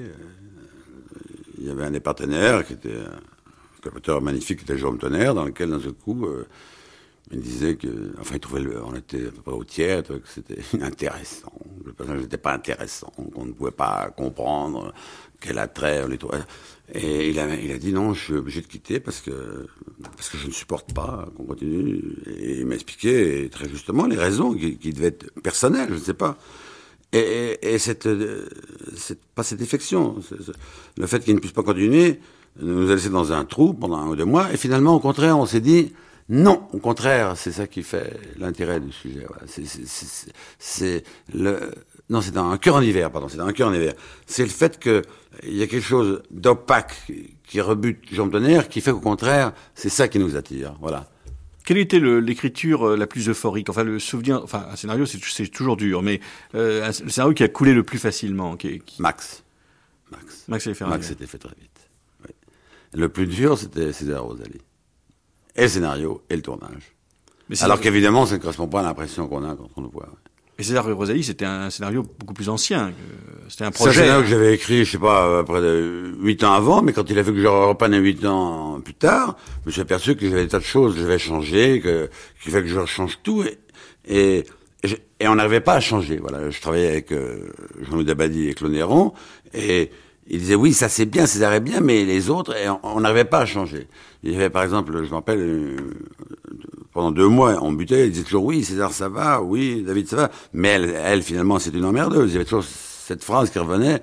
Il y avait un des partenaires qui était un collaborateur magnifique, qui était Jérôme Tonnerre, dans lequel d'un seul coup, euh, il disait que, enfin, il trouvait, le, on était à peu près au tiers, que c'était intéressant, que le personnage n'était pas intéressant, qu'on ne pouvait pas comprendre quel attrait on les trouvait. Et il a, il a dit non, je suis obligé de quitter parce que parce que je ne supporte pas qu'on continue. Et il m'a expliqué très justement les raisons qui, qui devaient être personnelles, je ne sais pas. Et, et, et cette, cette pas cette défection, le fait qu'il ne puisse pas continuer, nous a laissé dans un trou pendant un ou deux mois. Et finalement, au contraire, on s'est dit non, au contraire, c'est ça qui fait l'intérêt du sujet. Voilà. C'est, c'est, c'est, c'est le non, c'est dans un cœur en hiver, pardon, c'est dans un cœur en hiver. C'est le fait que il y a quelque chose d'opaque qui rebute Jean Tonnerre, qui fait qu'au contraire, c'est ça qui nous attire. Voilà. Quelle était le, l'écriture la plus euphorique? Enfin, le souvenir, enfin, un scénario, c'est, c'est toujours dur, mais euh, un, le scénario qui a coulé le plus facilement. Qui, qui... Max. Max. Max s'est fait Max s'était fait très vite. Oui. Le plus dur, c'était César Rosalie. Et le scénario, et le tournage. Mais alors qu'évidemment, ça ne correspond pas à l'impression qu'on a quand on le voit. Ouais. Et César et Rosalie, c'était un scénario beaucoup plus ancien. Que... C'était un projet. C'est un scénario que j'avais écrit, je sais pas, près de huit ans avant, mais quand il a fait que je reprenne huit ans plus tard, je me suis aperçu que j'avais des tas de choses que j'avais changées, que, qu'il fallait que je change tout. Et, et, Et, je, et on n'arrivait pas à changer. Voilà, je travaillais avec euh, Jean-Louis Dabadi et Claude Néron, et il disait oui, ça c'est bien, César est bien, mais les autres, et on n'arrivait pas à changer. Il y avait par exemple, je me rappelle, euh, pendant deux mois, on butait, il disait toujours oui, César ça va, oui, David ça va, mais elle, elle finalement c'est une emmerdeuse. Il y avait toujours cette phrase qui revenait.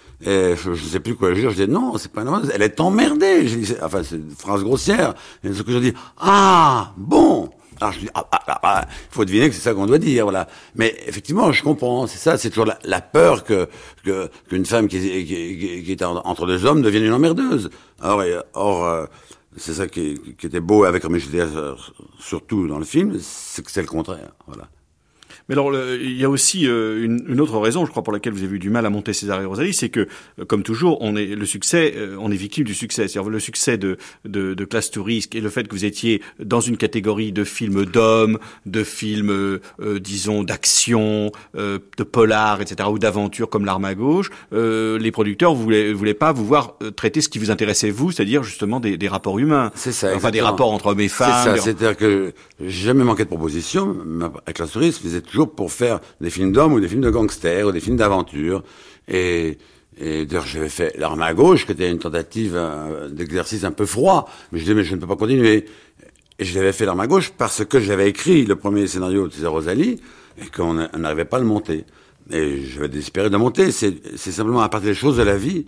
Et je ne sais plus quoi dire, je disais non, c'est pas une emmerdeuse, elle est emmerdée. Je dis, enfin c'est une phrase grossière. Et ce que je dis, ah bon. Alors je dis, ah, ah, ah, ah, faut deviner que c'est ça qu'on doit dire, voilà. Mais effectivement, je comprends, c'est ça, c'est toujours la, la peur que, que qu'une femme qui, qui, qui, qui est entre deux hommes devienne une emmerdeuse. Or, or euh, c'est ça qui, qui était beau avec Roméo et Juliette, surtout dans le film, c'est que c'est le contraire, voilà. Mais alors, le, il y a aussi euh, une, une autre raison, je crois, pour laquelle vous avez eu du mal à monter César et Rosalie, c'est que, euh, comme toujours, on est le succès, euh, on est victime du succès. C'est-à-dire le succès de, de, de Classe Touriste et le fait que vous étiez dans une catégorie de films d'hommes, de films, euh, euh, disons, d'action, euh, de polar, et cetera, ou d'aventure comme L'Arme à gauche. Euh, les producteurs voulaient, voulaient pas vous voir euh, traiter ce qui vous intéressait vous, c'est-à-dire justement des, des rapports humains. C'est ça. Enfin, exactement. des rapports entre hommes et femmes. C'est ça. Des... C'est-à-dire que j'ai jamais manqué de propositions. Avec Classe Touriste, je faisais toujours pour faire des films d'hommes ou des films de gangsters ou des films d'aventure. Et, et d'ailleurs, j'avais fait L'Arme à gauche, qui était une tentative euh, d'exercice un peu froid. Mais je disais, mais je ne peux pas continuer. Et je l'avais fait L'Arme à gauche parce que j'avais écrit le premier scénario de César Rosalie et qu'on n'arrivait pas à le monter. Et j'avais désespéré de le monter. C'est, c'est simplement à partir des choses de la vie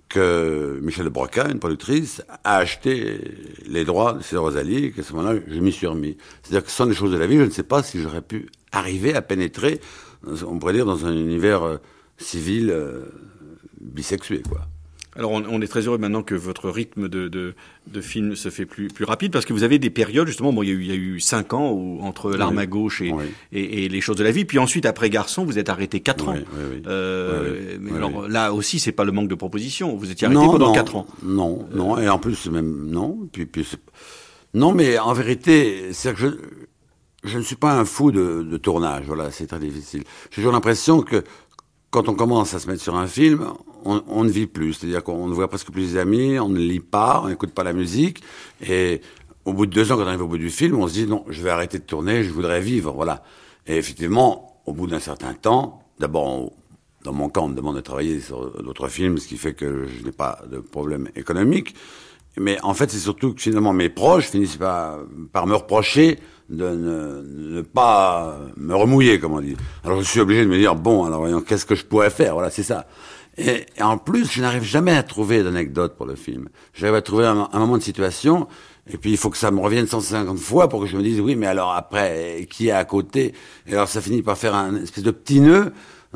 que Michel de Broca, une productrice, a acheté les droits de César Rosalie, et qu'à ce moment-là, je m'y suis remis. C'est-à-dire que sans les choses de la vie, je ne sais pas si j'aurais pu arriver à pénétrer, on pourrait dire, dans un univers euh, civil euh, bisexué, quoi. Alors on, on est très heureux maintenant que votre rythme de, de, de film se fait plus, plus rapide, parce que vous avez des périodes, justement, bon, il y a eu, il y a eu cinq ans où, entre L'Arme à gauche et, oui. et, et Les choses de la vie, puis ensuite, après Garçon, vous êtes arrêté quatre ans. Oui, oui, oui. Euh, oui, oui. mais oui, alors oui. là aussi, c'est pas le manque de propositions, vous étiez arrêté non, pendant non, quatre ans. Non, non, et en plus, même, non, puis, puis c'est... Non, mais en vérité, c'est que je... Je ne suis pas un fou de, de tournage, voilà, c'est très difficile. J'ai toujours l'impression que quand on commence à se mettre sur un film, on, on ne vit plus, c'est-à-dire qu'on ne voit presque plus les amis, on ne lit pas, on n'écoute pas la musique, et au bout de deux ans, quand on arrive au bout du film, on se dit non, je vais arrêter de tourner, je voudrais vivre, voilà. Et effectivement, au bout d'un certain temps, d'abord, on, dans mon cas, on me demande de travailler sur d'autres films, ce qui fait que je n'ai pas de problème économique. Mais en fait, c'est surtout que finalement mes proches finissent par, par me reprocher de ne, ne pas me remouiller, comme on dit. Alors je suis obligé de me dire, bon, alors voyons, qu'est-ce que je pourrais faire? Voilà, c'est ça. Et, et en plus, je n'arrive jamais à trouver d'anecdote pour le film. J'arrive à trouver un, un moment de situation, et puis il faut que ça me revienne cent cinquante fois pour que je me dise, oui, mais alors après, qui est à côté? Et alors ça finit par faire un espèce de petit nœud.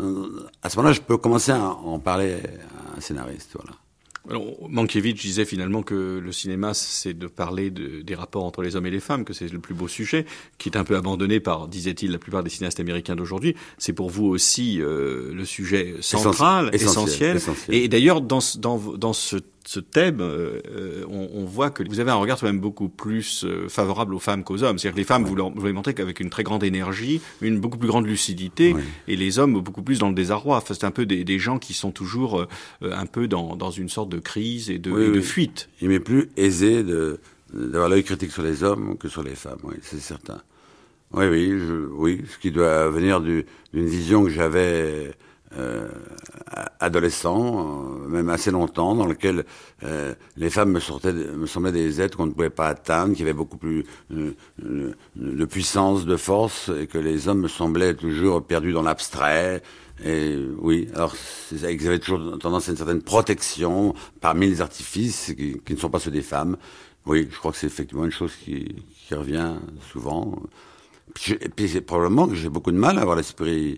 À ce moment-là, je peux commencer à en parler à un scénariste, voilà. Alors, Mankiewicz disait finalement que le cinéma, c'est de parler de, des rapports entre les hommes et les femmes, que c'est le plus beau sujet, qui est un peu abandonné par, disait-il, la plupart des cinéastes américains d'aujourd'hui. C'est pour vous aussi euh, le sujet central, essentiel. essentiel. essentiel. Et d'ailleurs, dans, dans, dans ce ce thème, euh, on, on voit que vous avez un regard quand même beaucoup plus euh, favorable aux femmes qu'aux hommes. C'est-à-dire que les femmes, ouais. vous, leur, vous les montrez qu'avec une très grande énergie, une beaucoup plus grande lucidité, ouais. et les hommes beaucoup plus dans le désarroi. Enfin, c'est un peu des, des gens qui sont toujours euh, un peu dans, dans une sorte de crise et de, oui, et de oui. fuite. Il m'est plus aisé de, d'avoir l'œil critique sur les hommes que sur les femmes, oui, c'est certain. Oui, oui, je, oui, ce qui doit venir du, d'une vision que j'avais... Euh, adolescent, euh, même assez longtemps, dans lequel euh, les femmes me, sortaient, me semblaient des êtres qu'on ne pouvait pas atteindre, qui avaient beaucoup plus euh, de puissance, de force, et que les hommes me semblaient toujours perdus dans l'abstrait. Et oui, alors c'est ça, ils avaient toujours tendance à une certaine protection par mille artifices qui, qui ne sont pas ceux des femmes. Oui, je crois que c'est effectivement une chose qui, qui revient souvent. Puis, et puis c'est probablement que j'ai beaucoup de mal à avoir l'esprit...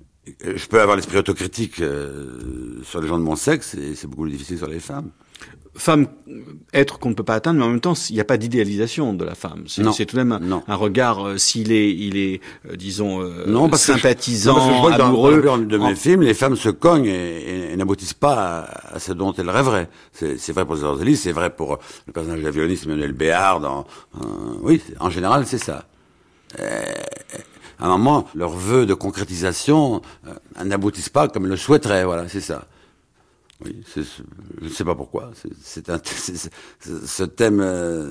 Je peux avoir l'esprit autocritique euh, sur les gens de mon sexe, et c'est beaucoup plus difficile sur les femmes. Femme, être qu'on ne peut pas atteindre, mais en même temps, il n'y a pas d'idéalisation de la femme. C'est, non, c'est tout de même un, non. un regard, euh, s'il est, il est, euh, disons, euh, non, parce sympathisant, que je, non, parce que je vois que amoureux. Dans, dans de mes en... films, les femmes se cognent et, et, et n'aboutissent pas à, à ce dont elles rêveraient. C'est, c'est vrai pour César Rosalie, c'est vrai pour le personnage de la violoniste Emmanuel Béard. Dans, euh, oui, en général, c'est ça. Euh, à un moment, leurs vœux de concrétisation euh, n'aboutissent pas comme ils le souhaiteraient, voilà, c'est ça. Oui, c'est, je ne sais pas pourquoi. C'est, c'est un, c'est, c'est, ce thème euh,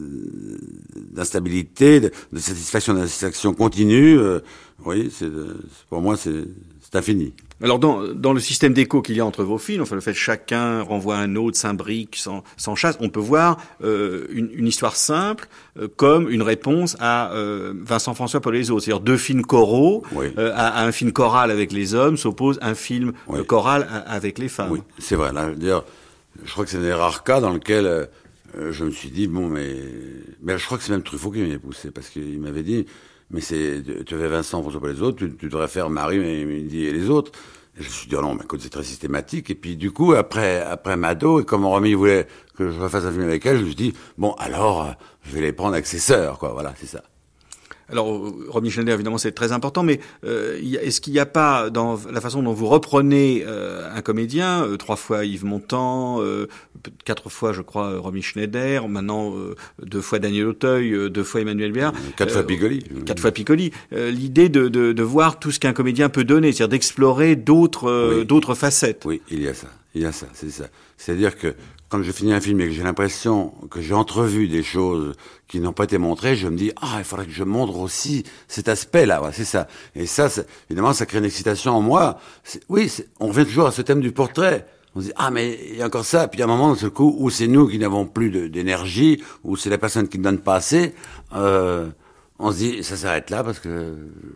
d'instabilité, de, de satisfaction, d'insatisfaction continue. Euh, oui, c'est, pour moi, c'est, c'est infini. Alors dans, dans le système d'écho qu'il y a entre vos films, enfin le fait que chacun renvoie un autre, s'imbrique, s'en, s'en chasse, on peut voir euh, une, une histoire simple euh, comme une réponse à euh, Vincent François pour les autres. C'est-à-dire deux films choraux, oui. euh, à, à un film choral avec les hommes s'oppose un film oui. euh, choral à, avec les femmes. Oui, c'est vrai. Là, d'ailleurs, je crois que c'est un des rares cas dans lequel euh, je me suis dit, bon, mais... mais je crois que c'est même Truffaut qui m'avait poussé, parce qu'il m'avait dit... Mais c'est, tu avais Vincent François pour les autres, tu, tu devrais faire Marie, Midi et les autres. Et je me suis dit, oh non, mais écoute, c'est très systématique. Et puis, du coup, après, après Mado, et comme Romy voulait que je refasse un film avec elle, je me suis dit, bon, alors, je vais les prendre avec ses sœurs, quoi. Voilà, c'est ça. Alors, Romy Schneider, évidemment, c'est très important, mais euh, est-ce qu'il n'y a pas, dans la façon dont vous reprenez euh, un comédien, euh, trois fois Yves Montand, euh, quatre fois, je crois, Romy Schneider, maintenant euh, deux fois Daniel Auteuil, euh, deux fois Emmanuel Béard. Quatre euh, fois Piccoli. Quatre fois Piccoli. Euh, l'idée de, de, de voir tout ce qu'un comédien peut donner, c'est-à-dire d'explorer d'autres, euh, oui. d'autres facettes. Oui, il y a ça. Il y a ça, c'est ça. C'est-à-dire que quand je finis un film et que j'ai l'impression que j'ai entrevu des choses qui n'ont pas été montrées, je me dis, ah, il faudrait que je montre aussi cet aspect-là, ouais, c'est ça. Et ça, c'est, évidemment, ça crée une excitation en moi. C'est, oui, c'est, on revient toujours à ce thème du portrait. On se dit, ah, mais il y a encore ça. Puis il y a un moment, d'un seul coup, où c'est nous qui n'avons plus de, d'énergie, où c'est la personne qui ne donne pas assez, euh, on se dit, ça s'arrête là, parce que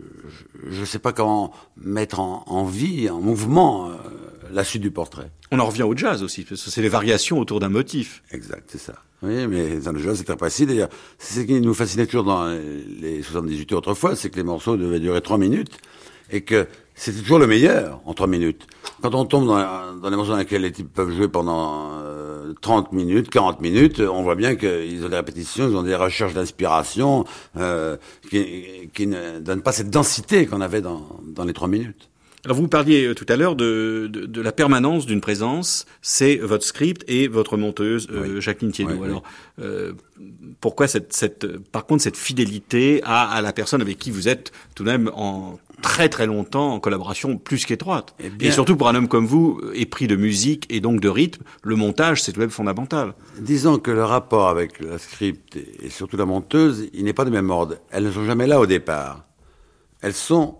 je ne sais pas comment mettre en, en vie, en mouvement, euh, la suite du portrait. On en revient au jazz aussi, parce que c'est les variations autour d'un motif. Exact, c'est ça. Oui, mais dans le jazz, c'est très précis. D'ailleurs, c'est ce qui nous fascinait toujours dans les soixante-dix-huit heures autrefois, c'est que les morceaux devaient durer trois minutes, et que c'était toujours le meilleur en trois minutes. Quand on tombe dans, dans les morceaux dans lesquels les types peuvent jouer pendant euh, trente minutes, quarante minutes, on voit bien qu'ils ont des répétitions, ils ont des recherches d'inspiration euh, qui, qui ne donnent pas cette densité qu'on avait dans, dans les trois minutes. Alors vous parliez tout à l'heure de, de, de la permanence d'une présence, c'est votre script et votre monteuse euh, oui. Jacqueline Thiénot. Oui, Alors oui. Euh, pourquoi cette, cette, par contre cette fidélité à, à la personne avec qui vous êtes tout de même en très très longtemps en collaboration plus qu'étroite. Eh bien, et surtout pour un homme comme vous, épris de musique et donc de rythme, le montage c'est tout de même fondamental. Disons que le rapport avec la script et surtout la monteuse, il n'est pas de même ordre. Elles ne sont jamais là au départ. Elles sont,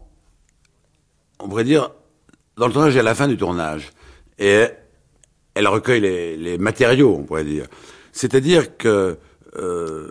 on pourrait dire, dans le tournage et à la fin du tournage. Et elle recueille les, les matériaux, on pourrait dire. C'est-à-dire que euh,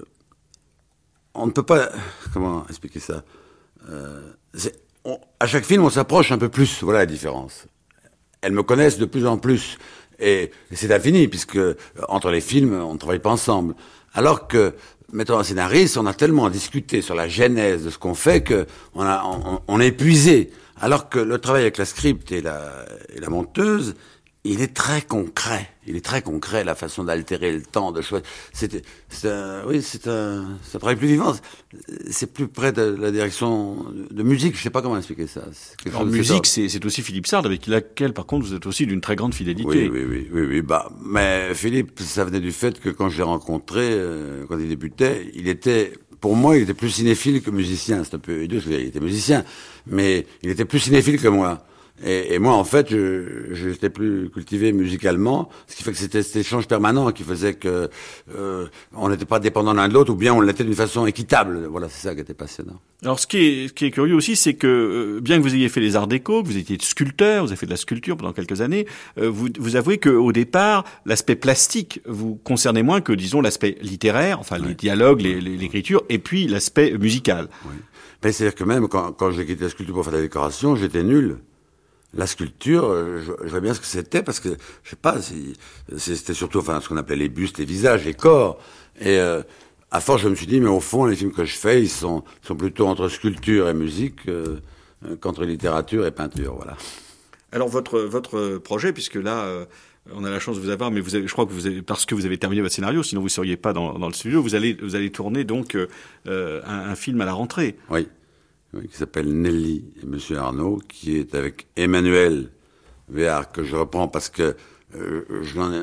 on ne peut pas... Comment expliquer ça euh, c'est, on, à chaque film, on s'approche un peu plus. Voilà la différence. Elles me connaissent de plus en plus. Et, et c'est infini, puisque entre les films, on ne travaille pas ensemble. Alors que, mettons un scénariste, on a tellement discuté sur la genèse de ce qu'on fait qu'on a, on, on est épuisé. Alors que le travail avec la script et la, et la monteuse, il est très concret. Il est très concret, la façon d'altérer le temps, de choisir. C'est, c'est un, oui, c'est un, c'est un travail plus vivant. C'est plus près de la direction de musique. Je sais pas comment expliquer ça. En musique, c'est, c'est aussi Philippe Sard, avec laquelle, par contre, vous êtes aussi d'une très grande fidélité. Oui, oui, oui, oui, oui. Bah, mais Philippe, ça venait du fait que quand je l'ai rencontré, euh, quand il débutait, il était, pour moi, il était plus cinéphile que musicien. C'est un peu idiot, il était musicien, mais il était plus cinéphile que moi. Et, et moi, en fait, je, je j'étais plus cultivé musicalement, ce qui fait que c'était cet échange permanent qui faisait que euh, on n'était pas dépendant l'un de l'autre, ou bien on l'était d'une façon équitable. Voilà, c'est ça qui était passionnant. Alors, ce qui est, ce qui est curieux aussi, c'est que euh, bien que vous ayez fait les arts déco, que vous étiez sculpteur, vous avez fait de la sculpture pendant quelques années, euh, vous, vous avouez qu'au départ, l'aspect plastique vous concernait moins que, disons, l'aspect littéraire, enfin oui. les dialogues, les, les, l'écriture, et puis l'aspect musical. Oui. Ben, c'est-à-dire que même quand, quand j'ai quitté la sculpture pour faire de la décoration, j'étais nul. La sculpture, je, je vois bien ce que c'était parce que je sais pas, si, c'était surtout enfin ce qu'on appelait les bustes, les visages, les corps. Et euh, à force, je me suis dit, mais au fond, les films que je fais, ils sont, sont plutôt entre sculpture et musique euh, qu'entre littérature et peinture, voilà. Alors votre votre projet, puisque là, euh, on a la chance de vous avoir, mais vous avez, je crois que vous avez, parce que vous avez terminé votre scénario, sinon vous seriez pas dans, dans le studio. Vous allez vous allez tourner donc euh, un, un film à la rentrée. Oui. Oui, qui s'appelle Nelly et Monsieur Arnaud, qui est avec Emmanuel Béard, que je reprends parce que euh, je n'en ai,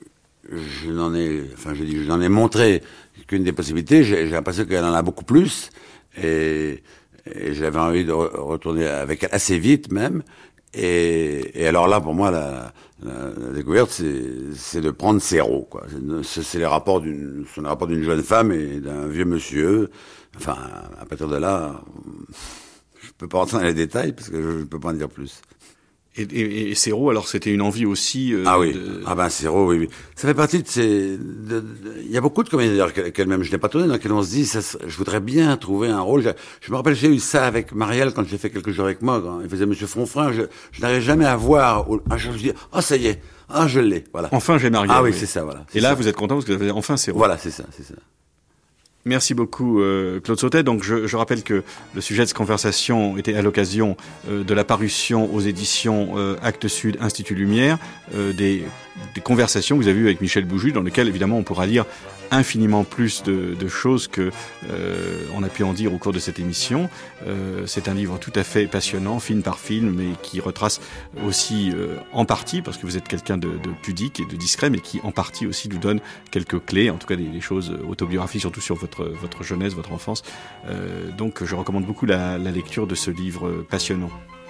je n'en ai, enfin, je dis, je n'en ai montré qu'une des possibilités. J'ai, j'ai l'impression qu'elle en a beaucoup plus, et, et j'avais envie de re- retourner avec elle assez vite même. Et, et alors là, pour moi, la, la, la découverte, c'est, c'est de prendre Serrault, quoi. C'est, c'est les rapports d'une, sont les rapports d'une jeune femme et d'un vieux monsieur. Enfin, à partir de là, je peux pas rentrer dans les détails parce que je, je peux pas en dire plus. Et, et, et Serrault, alors c'était une envie aussi. Euh, ah oui, de... ah ben Serrault, oui, oui. Ça fait partie de ces. Il y a beaucoup de comédiens d'ailleurs qu'elle-même, je n'ai pas tourné, dans lesquels on se dit, ça, je voudrais bien trouver un rôle. Je, je me rappelle, j'ai eu ça avec Marielle quand j'ai fait quelques jours avec moi, quand il faisait Monsieur Fonfrein. Je, je n'arrivais jamais à voir. Un jour, je dis, ah oh, ça y est, ah je l'ai, voilà. Enfin, j'ai Marielle. Ah oui, oui. c'est ça, voilà. C'est et là, ça. vous êtes content parce que vous avez enfin Serrault. Voilà, c'est ça, c'est ça. Merci beaucoup euh, Claude Sautet. Donc je, je rappelle que le sujet de cette conversation était à l'occasion euh, de la parution aux éditions euh, Actes Sud, Institut Lumière, euh, des, des conversations que vous avez eues avec Michel Boujuc, dans lesquelles évidemment on pourra lire infiniment plus de, de choses que euh, on a pu en dire au cours de cette émission. Euh, c'est un livre tout à fait passionnant, film par film, mais qui retrace aussi euh, en partie, parce que vous êtes quelqu'un de, de pudique et de discret, mais qui en partie aussi nous donne quelques clés, en tout cas des, des choses autobiographiques, surtout sur votre, votre jeunesse, votre enfance. Euh, donc je recommande beaucoup la, la lecture de ce livre passionnant.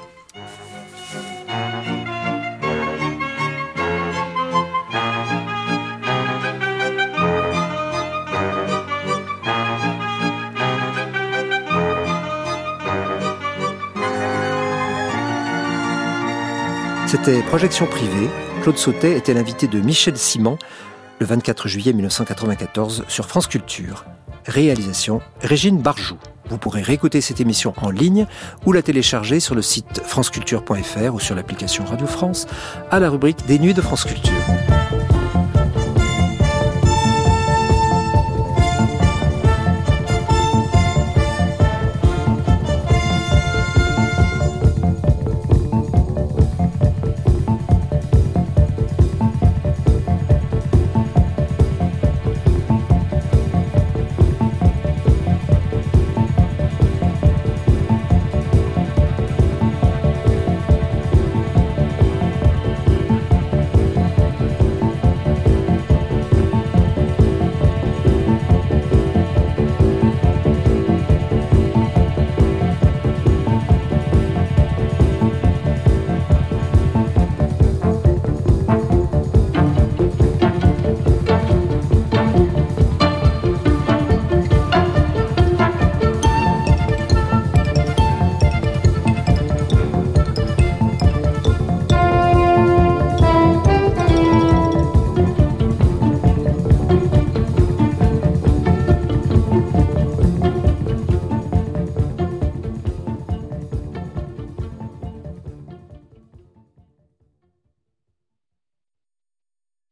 C'était Projection privée. Claude Sautet était l'invité de Michel Simon le vingt-quatre juillet mille neuf cent quatre-vingt-quatorze sur France Culture. Réalisation Régine Barjou. Vous pourrez réécouter cette émission en ligne ou la télécharger sur le site franceculture point f r ou sur l'application Radio France à la rubrique des Nuits de France Culture.